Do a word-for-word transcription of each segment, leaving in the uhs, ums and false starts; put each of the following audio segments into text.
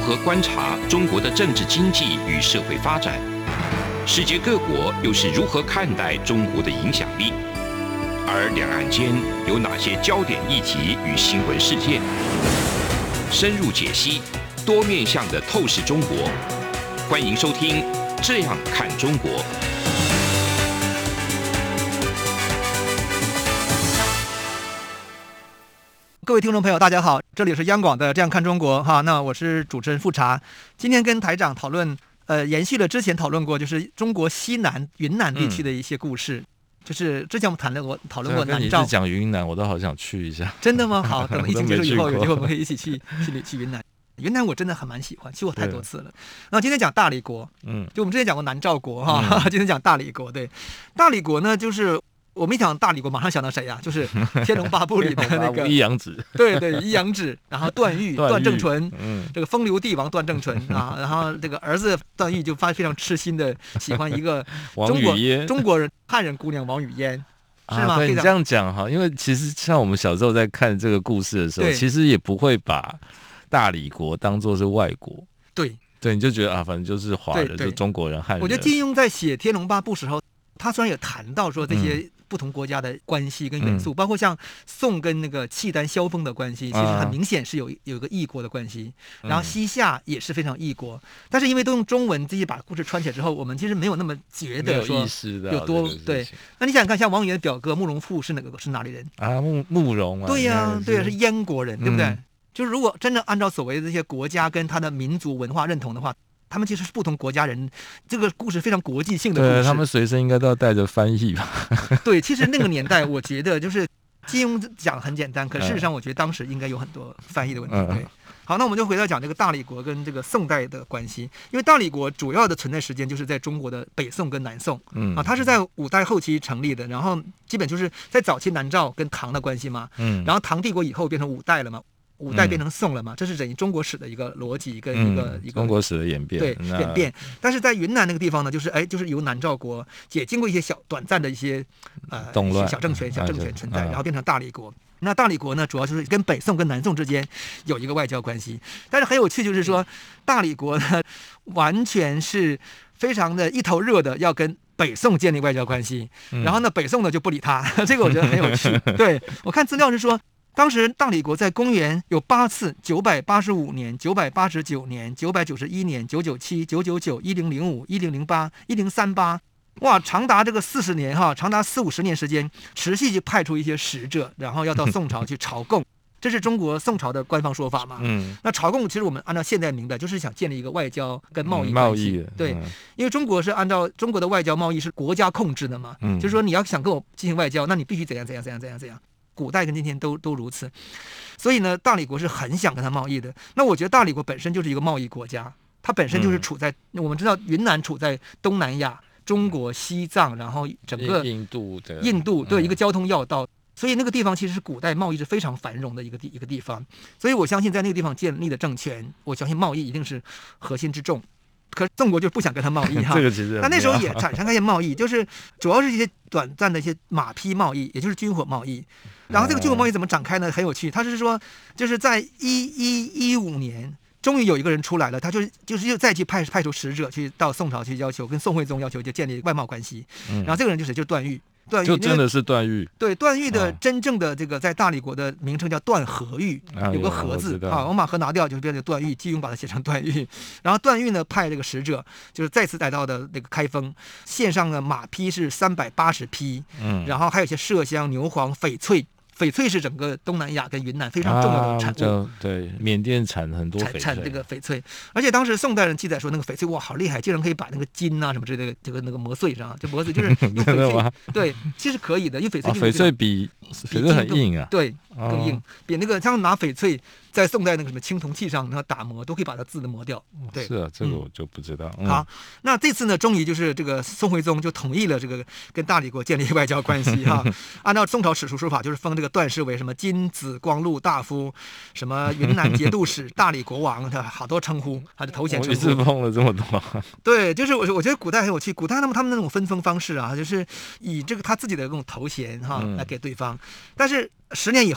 何观察中国的政治经济与社会发展？世界各国又是如何看待中国的影响力？而两岸间有哪些焦点议题与新闻事件？深入解析，多面向的透视中国。欢迎收听《这样看中国》。 各位听众朋友，大家好，这里是央广的《这样看中国》哈，那我是主持人富察。今天跟台长讨论，呃，延续了之前讨论过，就是中国西南云南地区的一些故事。嗯就是之前我们谈论过讨论过南诏， 你是讲云南，我都好想去一下。 真的吗？好，等疫情结束以后，有机会我们可以一起去去去云南。云南我真的很蛮喜欢，去过太多次了。那今天讲大理国，嗯，就我们之前讲过南诏国哈，嗯、今天讲大理国。对，大理国呢，就是我们一讲大理国，马上想到谁呀、啊？就是《天龙八部》里的那个一阳指， 对对，一阳指，然后段誉、段正淳，嗯，这个风流帝王段正淳啊，然后这个儿子段誉就发非常痴心的喜欢一个中国中国人汉人姑娘王语嫣。是吗？ 啊、对你这样讲哈，因为其实像我们小时候在看这个故事的时候，其实也不会把大理国当作是外国。 对对，你就觉得啊，反正就是华人，就中国人、汉人。 我觉得金庸在写《天龙八部》时候，他虽然有谈到说这些不同国家的关系跟元素，嗯、包括像宋跟那个契丹萧峰的关系，其实很明显是有有一个异国的关系。嗯、然后西夏也是非常异国，但是因为都用中文自己把故事串起来之后，我们其实没有那么觉得说有多对。那你想想看，像王语嫣的表哥慕容复是哪个是哪里人啊？慕慕容啊？ 对呀、啊，对呀、啊，是燕国人，对不对？嗯、就是如果真的按照所谓的这些国家跟他的民族文化认同的话。他们其实是不同国家人，这个故事非常国际性的故事。 对，他们随身应该都要带着翻译吧？ 对，其实那个年代，我觉得就是金庸讲很简单，可事实上我觉得当时应该有很多翻译的问题。对，好，那我们就回到讲这个大理国跟这个宋代的关系，因为大理国主要的存在时间就是在中国的北宋跟南宋，嗯啊，它是在五代后期成立的，然后基本就是在早期南诏跟唐的关系嘛，嗯，然后唐帝国以后变成五代了嘛。五代变成宋了嘛？嗯、这是等于中国史的一个逻辑跟一个、嗯、一个中国史的演变， 对演变。但是在云南那个地方呢，就是哎，就是由南诏国也经过一些小短暂的一些呃动乱小政权、小政权存在，啊、然后变成大理国。那大理国呢，主要就是跟北宋跟南宋之间有一个外交关系。但是很有趣，就是说大理国呢，完全是非常的一头热的要跟北宋建立外交关系，嗯、然后呢，北宋呢就不理他。这个我觉得很有趣。对我看资料是说。当时大理国在公元有八次，九百八十五年、九百八十九年、九百九十一年、九九七、九九九、一零零五、一零零八、一零三八，哇，长达这个四十年哈，长达四五十年时间，持续就派出一些使者，然后要到宋朝去朝贡，这是中国宋朝的官方说法嘛。嗯，那朝贡其实我们按照现在明白，就是想建立一个外交跟贸易关系。嗯、贸易对，嗯、因为中国是按照中国的外交贸易是国家控制的嘛，嗯、就是说你要想跟我进行外交，那你必须怎样怎样怎样怎样怎样。古代跟今天都都如此，所以呢，大理国是很想跟他贸易的。那我觉得大理国本身就是一个贸易国家，它本身就是处在、嗯、我们知道云南处在东南亚，中国、西藏，然后整个印度的印度对、嗯、一个交通要道，所以那个地方其实是古代贸易是非常繁荣的一个地一个地方。所以我相信在那个地方建立的政权，我相信贸易一定是核心之重。可是宋国就不想跟他贸易哈， 这个其实他那时候也产生一些贸易，就是主要是一些短暂的一些马匹贸易，也就是军火贸易。然后这个军火贸易怎么展开呢？很有趣，他是说就是在一一一五年，终于有一个人出来了，他就是就是又再去派派出使者去到宋朝去要求跟宋徽宗要求就建立外贸关系。然后这个人就是就是段誉。段誉就真的是段誉， 对段誉的真正的这个在大理国的名称叫段和誉，啊、有个和字啊，我们把和拿掉就变成段誉，金庸把它写成段誉。然后段誉呢派这个使者，就是再次来到的那个开封，献上的马匹是三百八十匹，嗯，然后还有一些麝香、牛黄、翡翠。翡翠是整个东南亚跟云南非常重要的产物， 啊、对，缅甸产很多翡翠， 产这个翡翠，而且当时宋代人记载说，那个翡翠哇好厉害，竟然可以把那个金啊什么之类的这个那个磨碎上，就磨碎就是用翡翠，对，其实可以的，因为翡翠、 啊、翡翠比翡翠很硬啊， 对，更硬，比那个像拿翡翠在宋代那个什么青铜器上，然后打磨都可以把它字的磨掉。对， 是啊，这个我就不知道。 嗯、好，那这次呢，终于就是这个宋徽宗就同意了这个跟大理国建立外交关系哈。按照宋朝史书说法，就是封这个段氏为什么金紫光禄大夫，什么云南节度使、大理国王，好多称呼，他的头衔称呼。 一次封了这么多。 对，就是我我觉得古代很有趣，古代他们他们那种分封方式啊，就是以这个他自己的这种头衔哈、嗯、来给对方，但是十年以后。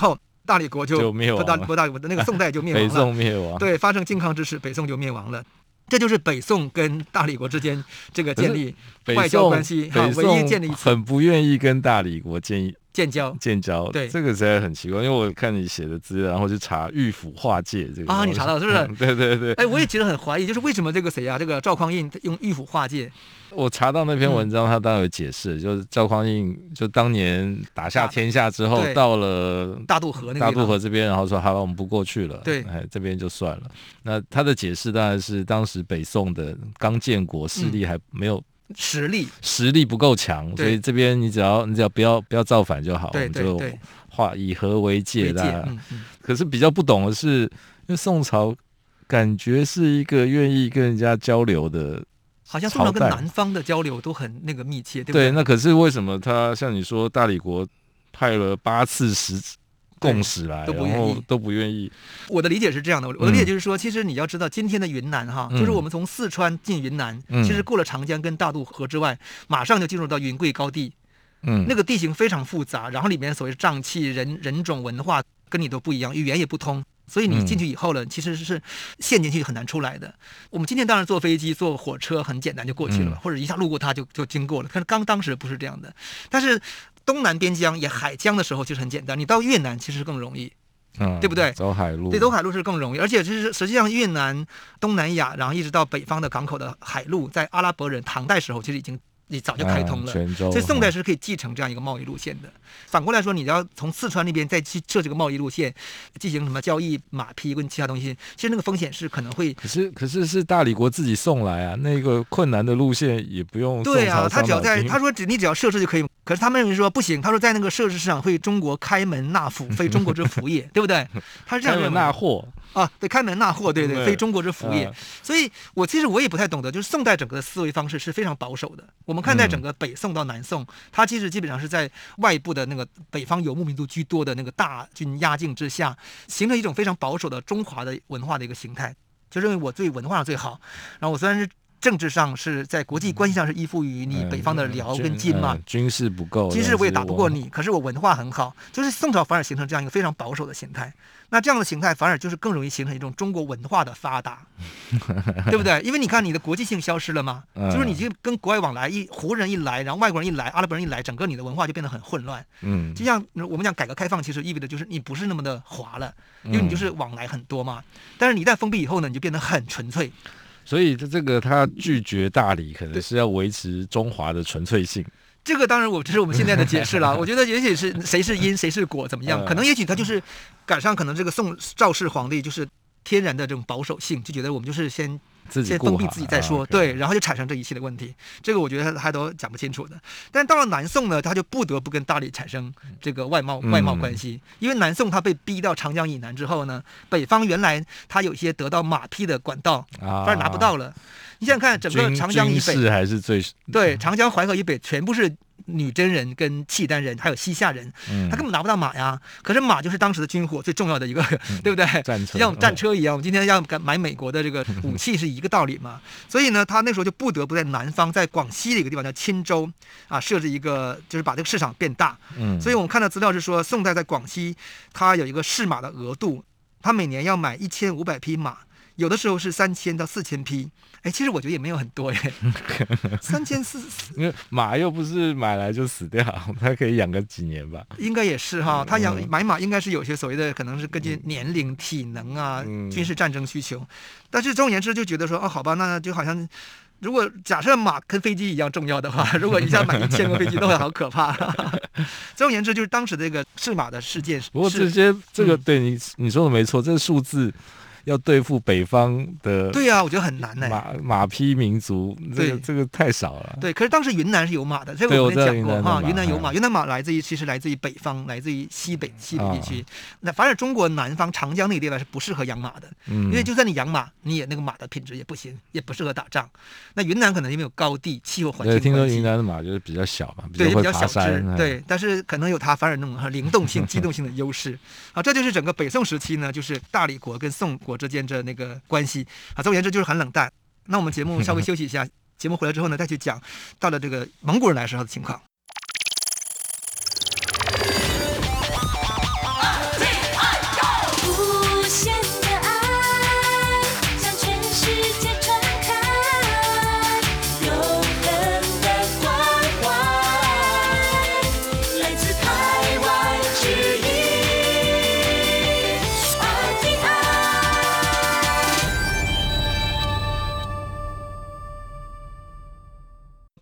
大理国就就灭亡了， 不大那个宋代就灭亡了， 北宋灭亡， 对，发生靖康之事，北宋就灭亡了。这就是北宋跟大理国之间这个建立外交关系， 北宋唯一建立一次很不愿意跟大理国建建交， 建交， 对， 这个实在很奇怪，因为我看你写的资料，然后去查御府画界这个啊，你查到是不是？ 对对对， 哎，我也觉得很怀疑，就是为什么这个谁啊，这个赵匡胤用御府画界？ 我查到那篇文章，他当然有解释，嗯、就是赵匡胤就当年打下天下之后，到了大渡河那个大渡河这边，然后说好了，我们不过去了， 对， 哎，这边就算了。那他的解释当然是当时北宋的刚建国，势力还没有。 嗯、实力实力不够强，所以这边你只要你只要不要不要造反就好， 对对对， 我们就画以和为界的。 嗯嗯、 可是比较不懂的是，因为宋朝感觉是一个愿意跟人家交流的， 好像宋朝跟南方的交流都很那个密切，对不对？ 对，那可是为什么他像你说大理国派了八次使共使来，然后都不愿意。 我的理解是这样的，我的理解就是说，嗯、其实你要知道，今天的云南哈，嗯、就是我们从四川进云南，嗯、其实过了长江跟大渡河之外，马上就进入到云贵高地，嗯，那个地形非常复杂，然后里面所谓瘴气、人人种、文化跟你都不一样，语言也不通。所以你进去以后了，嗯、其实是陷进去很难出来的。我们今天当然坐飞机、坐火车很简单就过去了，嗯、或者一下路过它就就经过了。可是刚当时不是这样的，但是东南边疆也海疆的时候就是很简单，你到越南其实更容易。嗯、对不对？ 走海路， 对，走海路是更容易，而且就是实际上越南、东南亚，然后一直到北方的港口的海路，在阿拉伯人唐代时候其实已经你早就开通了， 嗯、 所以宋代是可以继承这样一个贸易路线的。反过来说，你要从四川那边再去设这个贸易路线，进行什么交易马匹跟其他东西，其实那个风险是可能会。 可是可是是大理国自己送来啊，那个困难的路线也不用宋朝对啊，他只要在他说只你只要设置就可以。可是他们认为说不行，他说在那个设置市场会中国开门纳府，非中国之福也，对不对？他是这样认为。 开门纳货啊，对，开门纳货，对 对, 对，非中国之福也。嗯、所以我其实我也不太懂得，就是宋代整个的思维方式是非常保守的。我们看待整个北宋到南宋，它其实基本上是在外部的那个北方游牧民族居多的那个大军压境之下，形成一种非常保守的中华的文化的一个形态，就认为我最文化上最好。然后我虽然是。政治上是在国际关系上是依附于你北方的辽跟金嘛， 嗯嗯、军事不够， 军事我也打不过你，可是我文化很好，就是宋朝反而形成这样一个非常保守的形态。那这样的形态反而就是更容易形成一种中国文化的发达，对不对？因为你看你的国际性消失了嘛，嗯、就是你就跟国外往来，一胡人一来，然后外国人一来，阿拉伯人一来，整个你的文化就变得很混乱。嗯，就像我们讲改革开放，其实意味着就是你不是那么的华了，因为你就是往来很多嘛。但是你一旦封闭以后呢，你就变得很纯粹。 所以这个他拒绝大理，可能是要维持中华的纯粹性。 这个当然我这是我们现在的解释了。我觉得也许是谁是因谁是果怎么样，可能也许他就是赶上可能这个宋赵氏皇帝就是天然的这种保守性，就觉得我们就是先先封闭自己再说，啊、对，然后就产生这一系列问题。这个我觉得还都讲不清楚的。但到了南宋呢，他就不得不跟大理产生这个外贸外贸关系，嗯、因为南宋他被逼到长江以南之后呢，北方原来他有一些得到马匹的管道，反而拿不到了。你想想看，整个长江以北还是最对长江淮河以北全部是女真人跟契丹人，还有西夏人，嗯、他根本拿不到马呀。可是马就是当时的军火最重要的一个，嗯、对不对？ 战车像战车一样，我们今天要买美国的这个武器是一个道理嘛。所以呢，他那时候就不得不在南方，在广西的一个地方叫钦州啊，设置一个，就是把这个市场变大。嗯，所以我们看到资料是说，宋代在广西，它有一个试马的额度，它每年要买一千五百匹马。有的时候是三千到四千匹，哎，其实我觉得也没有很多耶，三千四， 因为马又不是买来就死掉，它可以养个几年吧。 应该也是哈，他养买马应该是有些所谓的，可能是根据年龄、体能啊、嗯、军事战争需求。但是总而言之就觉得说，哦，好吧，那就好像。如果假设马跟飞机一样重要的话，如果一下买一千个飞机都会好可怕。总而言之，就是当时这个试马的事件。 不过这些这个、嗯、对你你说的没错，这个数字。要对付北方的， 对啊，我觉得很难呢、欸。 马马匹民族，这个这个太少了。 对，可是当时云南是有马的，这个我们讲过哈。云南有马，云南马来自于其实来自于北方，来自于西北西北地区。啊、那反而中国南方长江那个地方是不适合养马的，嗯、因为就算你养马，你也那个马的品质也不行，也不适合打仗。那云南可能因为有高地、气候环境关系， 听说云南的马就是比较小嘛， 对， 比较小只，对，但是可能有它反而那种灵动性、机动性的优势。啊，这就是整个北宋时期呢，就是大理国跟宋国之间的那个。关系啊，总而言之就是很冷淡。那我们节目稍微休息一下，节目回来之后呢，再去讲到了这个蒙古人来时候的情况。二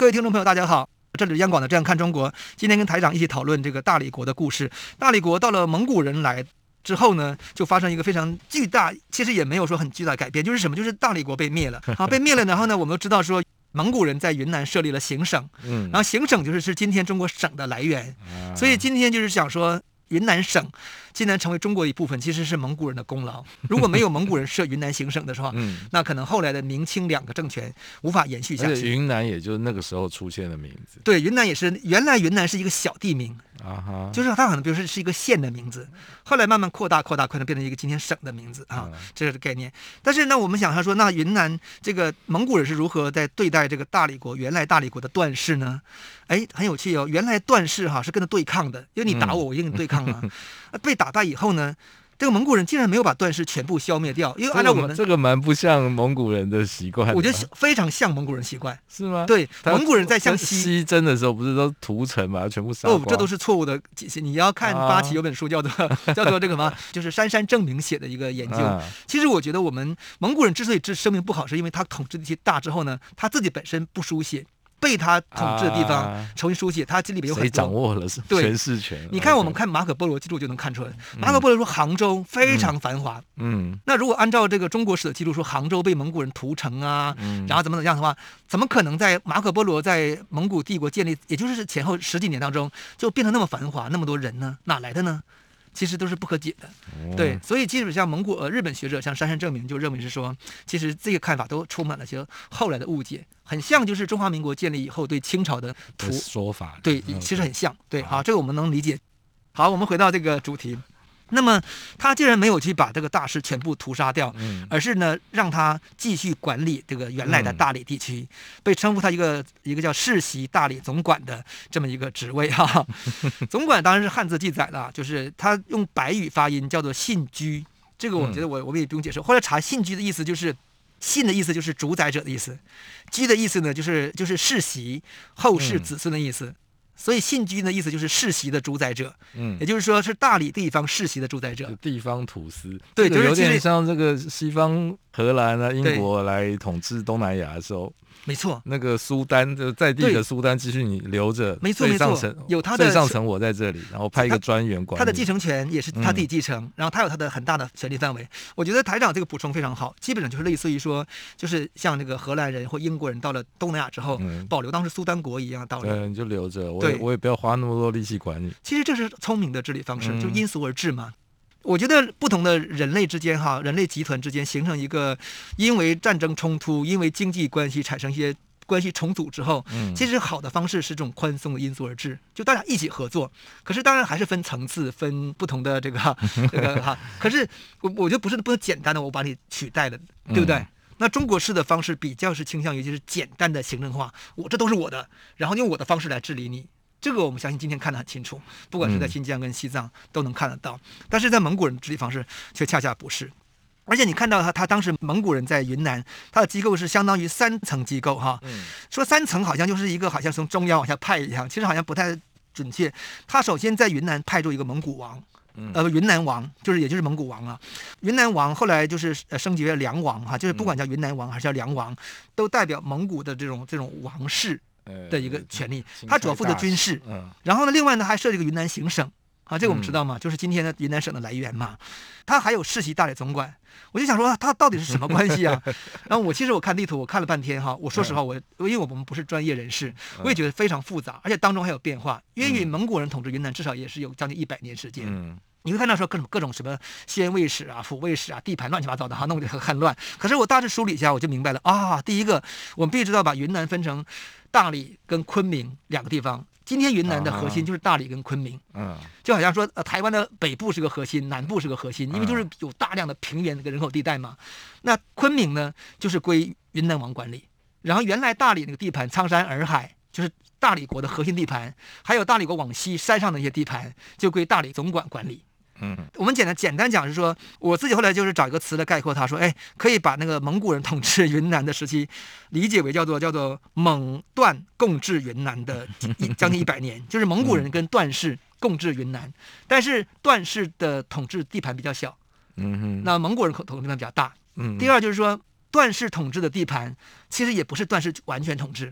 各位听众朋友，大家好，这里是央广的这样看中国。今天跟台长一起讨论这个大理国的故事。大理国到了蒙古人来之后呢，就发生一个非常巨大，其实也没有说很巨大的改变，就是什么？就是大理国被灭了啊，被灭了。然后呢，我们都知道说，蒙古人在云南设立了行省，嗯，然后行省就是是今天中国省的来源，所以今天就是想说，云南省竟然成为中国的一部分，其实是蒙古人的功劳。如果没有蒙古人设云南行省的话，嗯，那可能后来的明清两个政权无法延续下去。 而且云南也就那个时候出现的名字。 对，云南也是，原来云南是一个小地名啊哈， 就是它可能比如说是一个县的名字，后来慢慢扩大扩大，可能变成一个今天省的名字啊，这是概念。但是呢，我们想象说，那云南这个蒙古人是如何在对待这个大理国原来大理国的段氏呢？哎，很有趣哦，原来段氏哈是跟他对抗的，因为你打我，我就跟你对抗啊。嗯、被打败以后呢，这个蒙古人竟然没有把段氏全部消灭掉，因为按照我们这个蛮不像蒙古人的习惯， 我觉得非常像蒙古人习惯， 是吗？ 对，蒙古人在向西西征的时候，不是都屠城嘛，全部杀光？ 哦，这都是错误的。你要看八旗有本书叫做、啊、叫做这个什么，就是杉山正明写的一个研究。啊、其实我觉得我们蒙古人之所以声名不好，是因为他统治地区大之后呢，他自己本身不书写。被他统治的地方重新书写，他这里面有很多谁掌握了诠释权。 你看，我们看马可波罗记录就能看出来，马可波罗说杭州非常繁华。嗯，那如果按照这个中国史的记录说杭州被蒙古人屠城啊，嗯、然后怎么怎么样的话，怎么可能在马可波罗在蒙古帝国建立，也就是前后十几年当中就变得那么繁华，那么多人呢？哪来的呢？其实都是不可解的，对，所以基本上蒙古呃日本学者像杉山正明就认为是说，其实这个看法都充满了些后来的误解，很像就是中华民国建立以后对清朝的图说法， 对，其实很像，对，好，这个我们能理解。好，我们回到这个主题。那么他竟然没有去把这个大氏全部屠杀掉，嗯、而是呢让他继续管理这个原来的大理地区，嗯、被称呼他一个一个叫世袭大理总管的这么一个职位哈、啊。总管当然是汉字记载了，就是他用白语发音叫做信居，这个我觉得我我们也不用解释。后来查信居的意思就是信的意思就是主宰者的意思，居的意思呢就是就是世袭后世子孙的意思。嗯，所以信居的意思就是世袭的主宰者，嗯，也就是说是大理地方世袭的主宰者， 地方土司， 对， 就是有点像这个西方荷兰啊、英国来统治东南亚的时候。 没错， 那个苏丹就在地的苏丹继续你留着， 没错没错，有他的最上层我在这里，然后派一个专员管理， 他的继承权也是他自己继承，嗯、然后他有他的很大的权力范围。我觉得台长这个补充非常好，基本上就是类似于说，就是像那个荷兰人或英国人到了东南亚之后，嗯、保留当时苏丹国一样的道理。 对，你就留着，我也我也不要花那么多力气管你。 其实这是聪明的治理方式，嗯、就因俗而治嘛。我觉得不同的人类之间哈，人类集团之间形成一个因为战争冲突、因为经济关系产生一些关系重组之后，嗯、其实好的方式是这种宽松的因俗而治，就大家一起合作。可是当然还是分层次、分不同的这个这个哈。可是我我觉得不是不是简单的我把你取代了，对不对？嗯、那中国式的方式比较是倾向于就是简单的行政化，我这都是我的，然后用我的方式来治理你。这个我们相信今天看得很清楚，不管是在新疆跟西藏都能看得到，但是在蒙古人治理方式却恰恰不是。而且你看到他，他当时蒙古人在云南，他的机构是相当于三层机构哈。嗯、说三层好像就是一个好像从中央往下派一样，其实好像不太准确。他首先在云南派驻一个蒙古王，呃，云南王就是也就是蒙古王啊。云南王后来就是升级为梁王哈，就是不管叫云南王还是叫梁王，都代表蒙古的这种这种王室的一个权利，他主要负责军事。嗯、然后呢，另外呢还设这个云南行省。啊，这个我们知道嘛，嗯、就是今天的云南省的来源嘛。他还有世袭大理总管，我就想说他到底是什么关系啊？然后我其实我看地图，我看了半天哈。我说实话，我因为我们不是专业人士，我也觉得非常复杂，而且当中还有变化。因为蒙古人统治云南至少也是有将近一百年时间。嗯，你会看到说各种各种什么先卫史啊、辅卫史啊、地盘乱七八糟的哈，弄得很很乱。可是我大致梳理一下，我就明白了啊。第一个，我们必须知道把云南分成大理跟昆明两个地方。今天云南的核心就是大理跟昆明，嗯，就好像说，呃，台湾的北部是个核心，南部是个核心，因为就是有大量的平原这个人口地带嘛。那昆明呢，就是归云南王管理，然后原来大理那个地盘，苍山洱海，就是大理国的核心地盘，还有大理国往西山上的一些地盘，就归大理总管管理。嗯，我们简单简单讲是说，我自己后来就是找一个词来概括它，说，哎，可以把那个蒙古人统治云南的时期理解为叫做叫做蒙段共治云南的将近一百年，就是蒙古人跟段氏共治云南，但是段氏的统治地盘比较小，嗯哼，那蒙古人统治地盘比较大。嗯，第二就是说，段氏统治的地盘其实也不是段氏完全统治。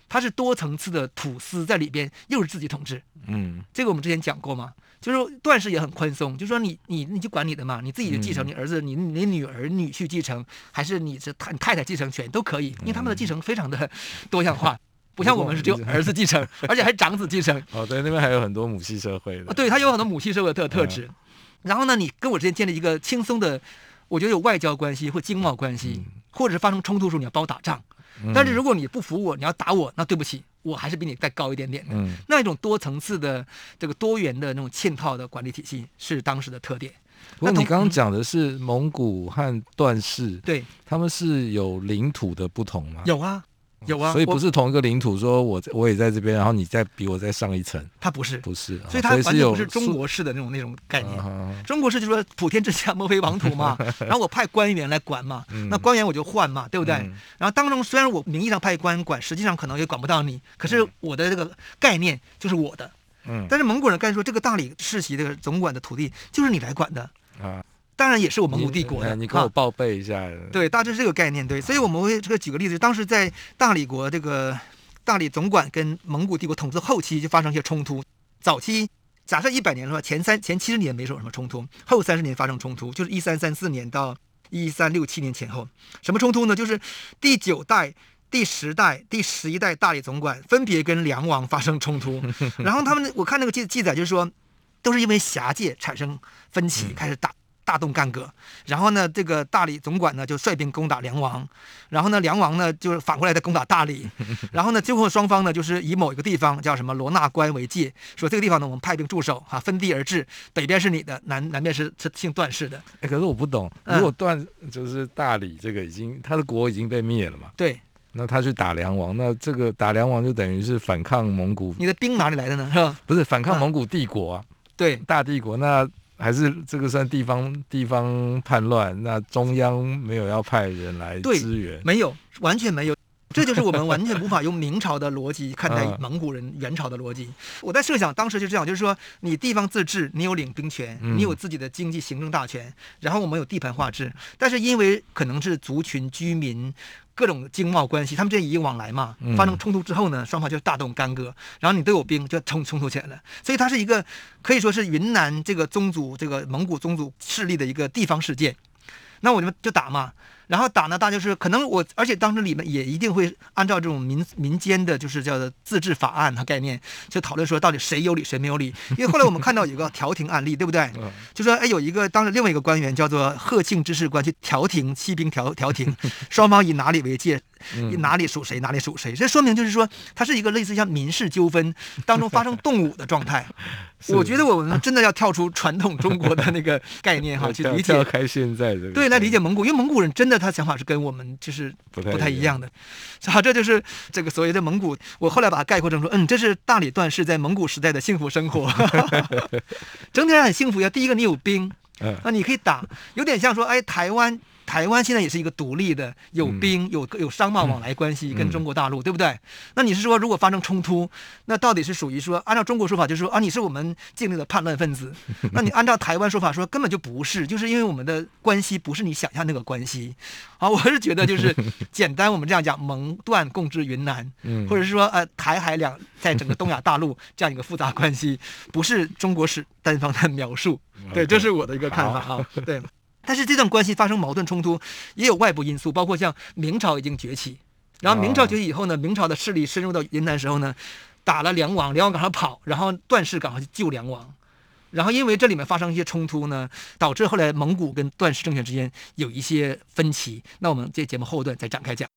它是多层次的土司在里边，又是自己统治。 嗯， 这个我们之前讲过嘛，就是段氏也很宽松，就是说你你你就管你的嘛，你自己继承，你儿子、你你女儿、女婿继承，还是你是太太太继承权都可以，因为他们的继承非常的多样化。不像我们是只有儿子继承，而且还是长子继承。 哦，对，那边还有很多母系社会的。 对，他有很多母系社会的特特质。嗯、然后呢，你跟我之间建立一个轻松的，我觉得有外交关系或经贸关系，嗯、或者是发生冲突的时候你要帮我打仗。嗯、但是如果你不服我，你要打我，那对不起，我还是比你再高一点点的。嗯、那一种多层次的这个多元的那种嵌套的管理体系是当时的特点。 不过你刚刚讲的是蒙古和段氏， 对，他们是有领土的不同吗？ 有啊。有啊， 所以不是同一个领土，说我我也在这边，然后你再比我再上一层， 它不是， 不是， 所以它完全不是中国式的那种那种概念。啊、中国式就是说普天之下莫非王土嘛，然后我派官员来管嘛，嗯、那官员我就换嘛，对不对？嗯、然后当中虽然我名义上派官管，实际上可能也管不到你，可是我的这个概念就是我的。嗯，但是蒙古人刚才说这个大理世袭这个总管的土地就是你来管的啊。当然也是我蒙古帝国的， 你, 你跟我报备一下、啊。 对，大致是这个概念。对，所以我们会这个举个例子，当时在大理国这个大理总管跟蒙古帝国统治后期就发生一些冲突。早期假设一百年的话，前三前七十年没有什么冲突，后三十年发生冲突，就是一三三四年到一三六七年前后。什么冲突呢？就是第九代、第十代、第十一代大理总管分别跟梁王发生冲突，然后他们我看那个记记载就是说，都是因为辖界产生分歧，开始打。大动干戈，然后呢，这个大理总管呢就率兵攻打梁王，然后呢，梁王呢就是反过来再攻打大理，然后呢，最后双方呢就是以某一个地方叫什么罗纳关为界，说这个地方呢我们派兵驻守哈，分地而治，北边是你的，南南边是是姓段氏的。 哎，可是我不懂，如果段就是大理这个已经他的国已经被灭了嘛？ 对。 那他去打梁王，那这个打梁王就等于是反抗蒙古。 你的兵哪里来的呢？是吧？ 不是反抗蒙古帝国啊？ 对， 大帝国那。还是这个算地方地方叛乱，那中央没有要派人来支援， 没有，完全没有。这就是我们完全无法用明朝的逻辑看待蒙古人元朝的逻辑。嗯、我在设想当时就这样，就是说你地方自治，你有领兵权，你有自己的经济行政大权，然后我们有地盘划制，但是因为可能是族群居民。各种经贸关系，他们这以往来嘛，发生冲突之后呢，双方就大动干戈，然后你都有兵，就冲冲突起来了。所以它是一个可以说是云南这个宗族、这个蒙古宗族势力的一个地方事件。那我就就打嘛，然后打呢，大家就是可能我，而且当时里面也一定会按照这种民民间的就是叫做自治法案和概念，就讨论说到底谁有理谁没有理。因为后来我们看到有个调停案例，对不对？就说哎，有一个当时另外一个官员叫做贺庆知事官去调停，起兵调调停，双方以哪里为界。哪里属谁哪里属谁，这说明就是说它是一个类似像民事纠纷当中发生动武的状态。我觉得我们真的要跳出传统中国的那个概念哈，去理解跳开现在的对来理解蒙古，因为蒙古人真的他想法是跟我们就是不太一样的。好，这就是这个所谓的蒙古。我后来把它概括成说，嗯，这是大理段氏在蒙古时代的幸福生活，整体上很幸福呀。第一个，你有兵，那你可以打，有点像说，哎，台湾。台湾现在也是一个独立的，有兵有有商贸往来关系，跟中国大陆，对不对？那你是说，如果发生冲突，那到底是属于说，按照中国说法就是说啊，你是我们境内的叛乱分子；那你按照台湾说法说，根本就不是，就是因为我们的关系不是你想象那个关系。好，我是觉得就是简单，我们这样讲，蒙段共治云南，或者是说呃台海两在整个东亚大陆这样一个复杂关系，不是中国史单方的描述。对，这是我的一个看法啊。对。但是这段关系发生矛盾冲突，也有外部因素，包括像明朝已经崛起，然后明朝崛起以后呢，明朝的势力深入到云南时候呢，打了梁王，梁王赶快跑，然后段氏赶快去救梁王，然后因为这里面发生一些冲突呢，导致后来蒙古跟段氏政权之间有一些分歧。那我们这节目后段再展开讲。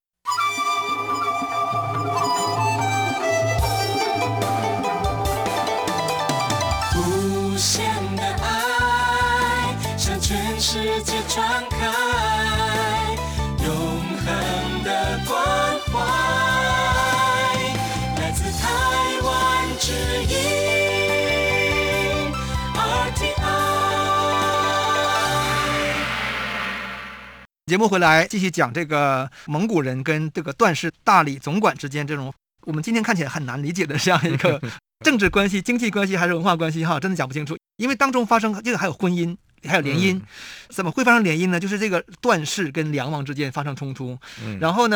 无限的爱向全世界传开，永恒的关怀，来自台湾之音 R T I。 节目回来继续讲这个蒙古人跟这个段氏大理总管之间这种我们今天看起来很难理解的这样一个政治关系、经济关系还是文化关系哈，真的讲不清楚。因为当中发生这个还有婚姻，还有联姻，嗯、怎么会发生联姻呢？就是这个段氏跟梁王之间发生冲突，嗯、然后呢，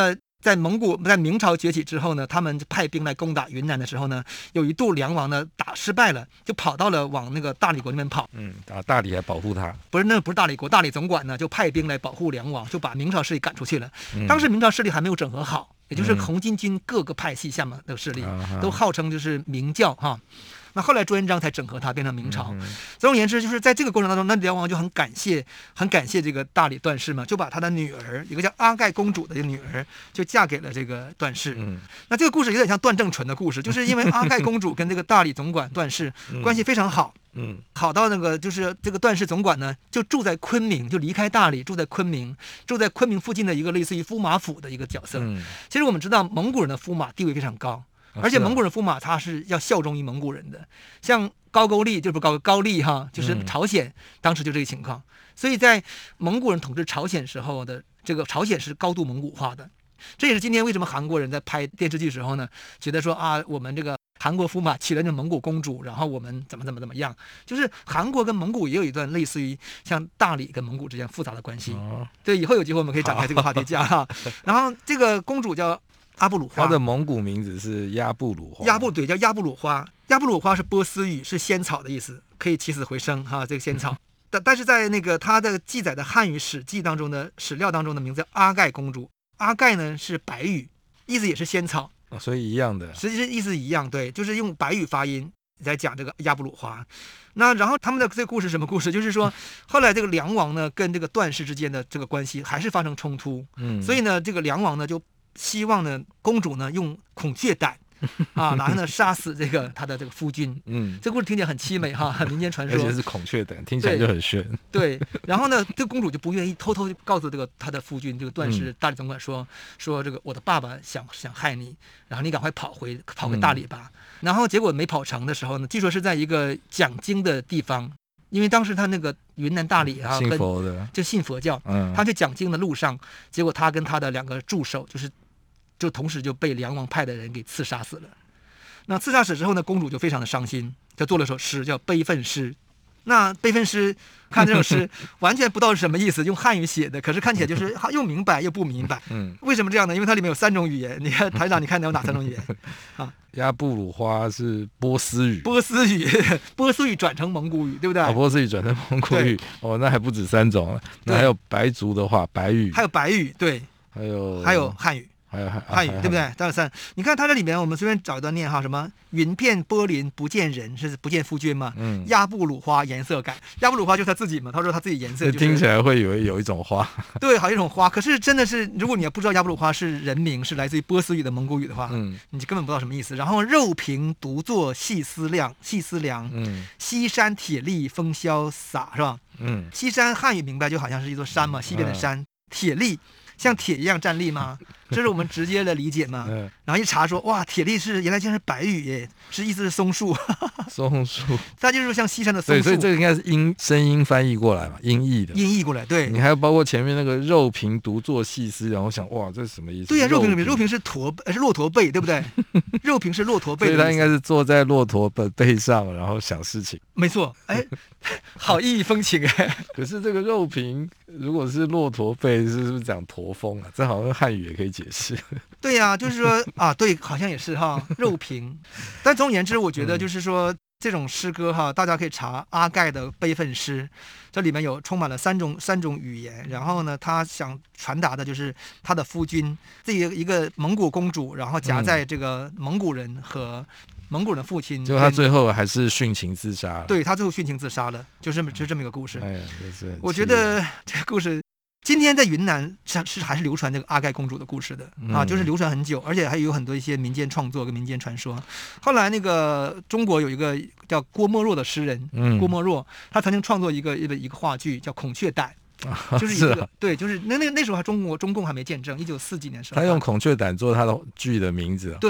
在蒙古在明朝崛起之后呢，他们派兵来攻打云南的时候呢，有一度梁王呢打失败了，就跑到了往那个大理国那边跑。 嗯，啊，大理还保护他？ 不是，那不是大理国，大理总管呢就派兵来保护梁王，就把明朝势力赶出去了。嗯、当时明朝势力还没有整合好，也就是红巾军各个派系下面的势力、嗯、都号称就是明教哈。那后来朱元璋才整合它变成明朝。嗯、总而言之，就是在这个过程当中，那梁王就很感谢，很感谢这个大理段氏嘛，就把他的女儿，一个叫阿盖公主的女儿，就嫁给了这个段氏。嗯、那这个故事有点像段正淳的故事，就是因为阿盖公主跟这个大理总管段氏关系非常好。嗯，好到那个就是这个段氏总管呢，就住在昆明，就离开大理，住在昆明，住在昆明附近的一个类似于驸马府的一个角色。嗯、其实我们知道蒙古人的驸马地位非常高。而且蒙古人驸马他是要效忠于蒙古人的，像高句丽就是高高丽哈，就是朝鲜、嗯、当时就这个情况。所以在蒙古人统治朝鲜时候的这个朝鲜是高度蒙古化的，这也是今天为什么韩国人在拍电视剧时候呢，觉得说啊，我们这个韩国驸马娶了那蒙古公主，然后我们怎么怎么怎么样，就是韩国跟蒙古也有一段类似于像大理跟蒙古之间复杂的关系。哦、对，以后有机会我们可以展开这个话题讲哈。然后这个公主叫阿布鲁花， 它的蒙古名字是亚布鲁花。 亚布对，叫亚布鲁花。亚布鲁花是波斯语，是仙草的意思，可以起死回生哈。这个仙草，但但是在那个它的记载的汉语史记当中的史料当中的名字叫阿盖公主。阿盖呢是白语，意思也是仙草、 哦，所以一样的， 实际上意思一样，对，就是用白语发音在讲这个亚布鲁花。那然后他们的这个故事什么故事？就是说后来这个梁王呢跟这个段氏之间的这个关系还是发生冲突，嗯，所以呢这个梁王呢就希望呢公主呢用孔雀胆啊，然后呢杀死这个他的这个夫君。嗯，这个故事听起来很凄美哈，民间传说， 而且是孔雀胆，听起来就很炫。 对，然后呢，这个公主就不愿意，偷偷告诉这个他的夫君这个段氏大理总管说、嗯、说这个我的爸爸想想害你，然后你赶快跑回跑回大理吧。嗯、然后结果没跑成的时候呢，据说是在一个讲经的地方。因为当时他那个云南大理啊， 信佛的就信佛教，嗯，他去讲经的路上，结果他跟他的两个助手，就是就同时就被梁王派的人给刺杀死了。那刺杀死之后呢，公主就非常的伤心，就做了首诗叫《悲愤诗》。那悲愤诗，看这首诗完全不知道是什么意思，用汉语写的，可是看起来就是又明白又不明白。嗯，为什么这样呢？因为它里面有三种语言。你看台长，你看有哪三种语言？啊， 亚布鲁花是波斯语， 波斯语，波斯语转成蒙古语，对不对？ 哦，波斯语转成蒙古语，哦，那还不止三种，那还有白族的话，白语， 还有白语，对， 还有还有汉语。 还有汉语对不对？当然三，你看它这里面，我们随便找一段念哈，什么云片波林不见人，是不见夫君嘛？嗯，亚布鲁花颜色改，亚布鲁花就是他自己嘛，他说他自己颜色、就是， 听起来会以为有一种花， 对，好像一种花。可是真的是，如果你要不知道亚布鲁花是人名，是来自于波斯语的蒙古语的话，嗯，你就根本不知道什么意思。然后肉平独坐细思量，细思量，嗯，西山铁砾风萧洒，是吧？嗯，西山汉语明白就好像是一座山嘛，西边的山，铁砾。像铁一样站立吗？这是我们直接的理解吗？嗯、然后一查说，哇，铁砾是原来竟然是白语耶，是意思是松树。 松树， 它就是像西山的松树。 对，所以这个应该是音声音翻译过来嘛，音译的。 音译过来，对。 你还有包括前面那个肉平独坐细思，然后想，哇，这是什么意思？ 对呀、啊，肉平肉平是驼是骆驼背，对不对？肉平是骆驼背， 所以他应该是坐在骆驼的背上，然后想事情。 没错，哎，好意义风情哎。 可是这个肉平如果是骆驼背，是不是讲驼峰啊？这好像汉语也可以解释。 对呀、啊，就是说啊，对，好像也是哈，肉平。但总而言之，我觉得就是说、嗯、这种诗歌哈，大家可以查阿盖的悲愤诗，这里面有充满了三种三种语言。然后呢，他想传达的就是他的夫君，这一个蒙古公主，然后夹在这个蒙古人和蒙古人的父亲， 就他最后还是殉情自杀了。 对，他最后殉情自杀了，就这么就这么一个故事。 哎呀，就是我觉得这个故事。今天在云南是是还是流传这个阿盖公主的故事的啊，就是流传很久，而且还有很多一些民间创作跟民间传说。后来那个中国有一个叫郭沫若的诗人，嗯、郭沫若，他曾经创作一个一个一个话剧叫《孔雀胆》，就是一个、啊、对，就是那那那时候还中国中共还没建政，一九四几年时候， 他用孔雀胆做他的剧的名字、啊。 对。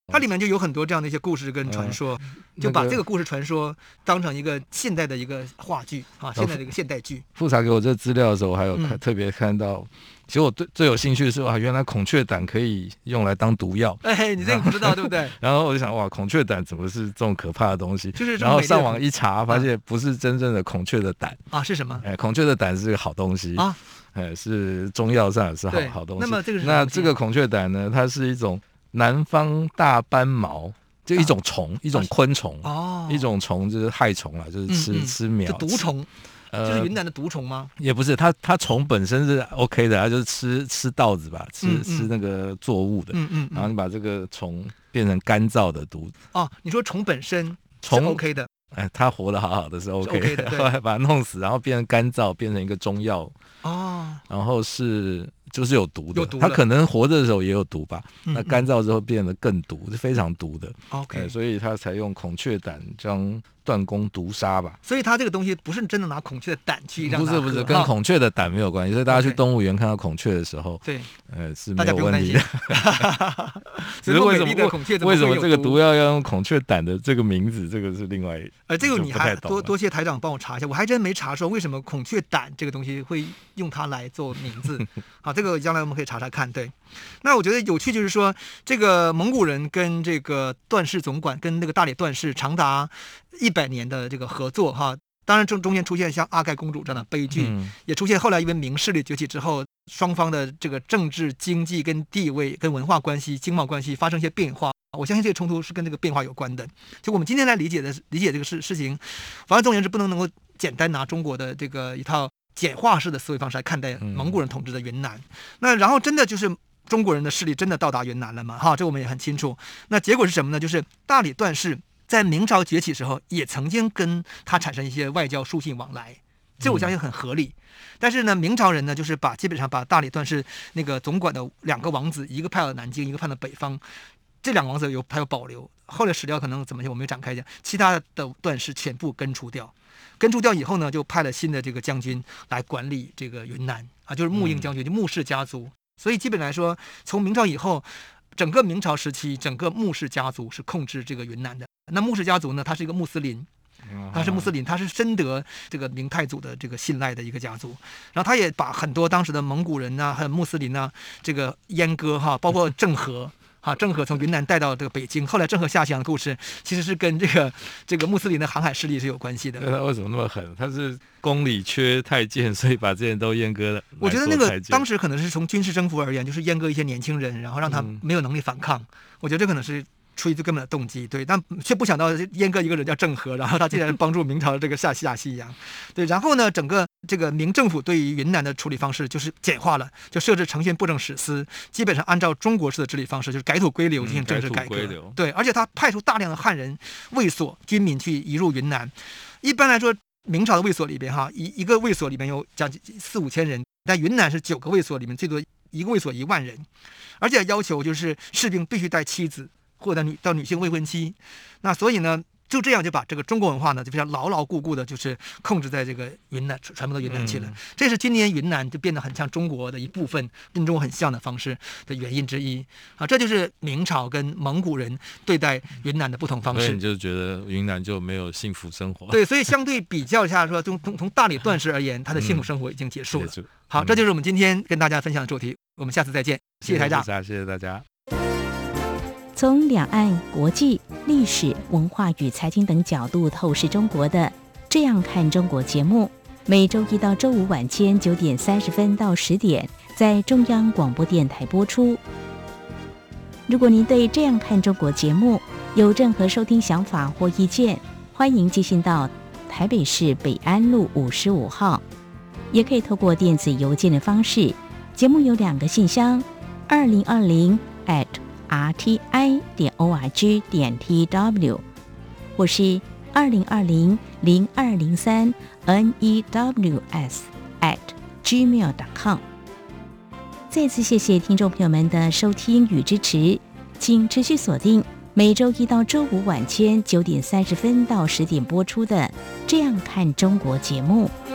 它里面就有很多这样的一些故事跟传说，嗯、就把这个故事传说当成一个现代的一个话剧啊，现在的一个现代剧。 复查给我这资料的时候，我还有看、嗯、特别看到，其实我最最有兴趣的是哇，原来孔雀胆可以用来当毒药。 哎，你这个不知道对不对？ 然后我就想哇，孔雀胆怎么是这种可怕的东西？ 就是然后上网一查，发现不是真正的孔雀的胆啊，是什么？ 哎，孔雀的胆是个好东西啊，哎，是中药上也是好好东西。 那么这个是那这个孔雀胆呢，它是一种南方大斑毛。就一种虫、啊，一种昆虫，哦，一种虫就是害虫啦，就是吃、嗯嗯、吃苗， 就毒虫，呃，就是云南的毒虫吗？ 也不是，它它虫本身是 OK 的，它就是吃吃稻子吧，吃、嗯嗯、吃那个作物的，嗯嗯，然后你把这个虫变成干燥的毒。 哦，你说虫本身是 OK 的， 哎，它活得好好的是 OK 的，是 OK 的， 后来把它弄死，然后变成干燥，变成一个中药，哦，然后是。就是有毒的， 有毒的它可能活着的时候也有毒吧，嗯嗯，那干燥之后变得更毒，是非常毒的。 OK， 呃、所以他才用孔雀胆将断弓毒杀吧。 所以他这个东西不是真的拿孔雀的胆去让它喝， 不是不是跟孔雀的胆没有关系。所以大家去动物园看到孔雀的时候， 对， 呃是没有问题的。只是为什么为什么这个毒药要用孔雀胆的这个名字，这个是另外。 呃，这个你还多多谢台长帮我查一下，我还真没查说为什么孔雀胆这个东西会用它来做名字。好，这个将来我们可以查查看。对，那我觉得有趣就是说，这个蒙古人跟这个段氏总管跟那个大理段氏长达一百年的这个合作哈。当然中中间出现像阿盖公主这样的悲剧，嗯、也出现后来因为明势力崛起之后，双方的这个政治、经济跟地位跟文化关系、经贸关系发生一些变化。我相信这个冲突是跟这个变化有关的。就我们今天来理解的理解这个事事情，反正总而言之不能能够简单拿中国的这个一套简化式的思维方式来看待蒙古人统治的云南。嗯、那然后真的就是中国人的势力真的到达云南了吗？哈，这我们也很清楚。那结果是什么呢？就是大理段氏在明朝崛起时候，也曾经跟他产生一些外交书信往来，这我相信很合理。嗯、但是呢，明朝人呢，就是把基本上把大理段氏那个总管的两个王子，一个派到南京，一个派到北方。这两个王子有还有保留，后来史料可能怎么样我没有展开讲，其他的段氏全部根除掉，根除掉以后呢，就派了新的这个将军来管理这个云南啊，就是穆英将军，就穆氏家族。所以基本来说，从明朝以后，整个明朝时期，整个穆氏家族是控制这个云南的。那穆氏家族呢，他是一个穆斯林。他是穆斯林，他是深得这个明太祖的这个信赖的一个家族，然后他也把很多当时的蒙古人呐、啊，还有穆斯林呐、啊，这个阉割哈，包括郑和。啊，郑和从云南带到这个北京，后来郑和下西洋的故事，其实是跟这个这个穆斯林的航海势力是有关系的。 他为什么那么狠？他是宫里缺太监，所以把这些人都阉割了。 我觉得那个当时可能是从军事征服而言，就是阉割一些年轻人，然后让他没有能力反抗。嗯、我觉得这可能是出于最根本的动机，对，但却不想到阉割一个人叫郑和，然后他竟然帮助明朝的这个下下西洋，对，然后呢，整个这个明政府对于云南的处理方式就是简化了，就设置诚信布政使司，基本上按照中国式的治理方式，就是改土归流进行政治改革，嗯、对，而且他派出大量的汉人卫所军民去移入云南。一般来说，明朝的卫所里边哈，一一个卫所里面有将近四五千人，但云南是九个卫所里面最多一个卫所一万人，而且要求就是士兵必须带妻子。或者女到女性未婚妻，那所以呢，就这样就把这个中国文化呢，就非常牢牢固固的，就是控制在这个云南，传播到云南去了。嗯、这是今年云南就变得很像中国的一部分，跟中国很像的方式的原因之一啊。这就是明朝跟蒙古人对待云南的不同方式。 所以你就觉得云南就没有幸福生活？ 对，所以相对比较一下说，从从从大理段氏而言，他的幸福生活已经结束了。嗯、好，这就是我们今天跟大家分享的主题。我们下次再见，谢谢台长， 谢谢大家。 从两岸、国际、历史文化与财经等角度透视中国的《这样看中国》节目，每周一到周五晚间九点三十分到十点在中央广播电台播出。如果您对《这样看中国》节目有任何收听想法或意见，欢迎寄信到台北市北安路五十五号，也可以透过电子邮件的方式。节目有两个信箱：二零二零 at r t i 点 o r g 点 t w， 或是二零二零零二零三 n e w s at gmail 点 com。 再次谢谢听众朋友们的收听与支持，请持续锁定每周一到周五晚间九点三十分到十点播出的《这样看中国》节目。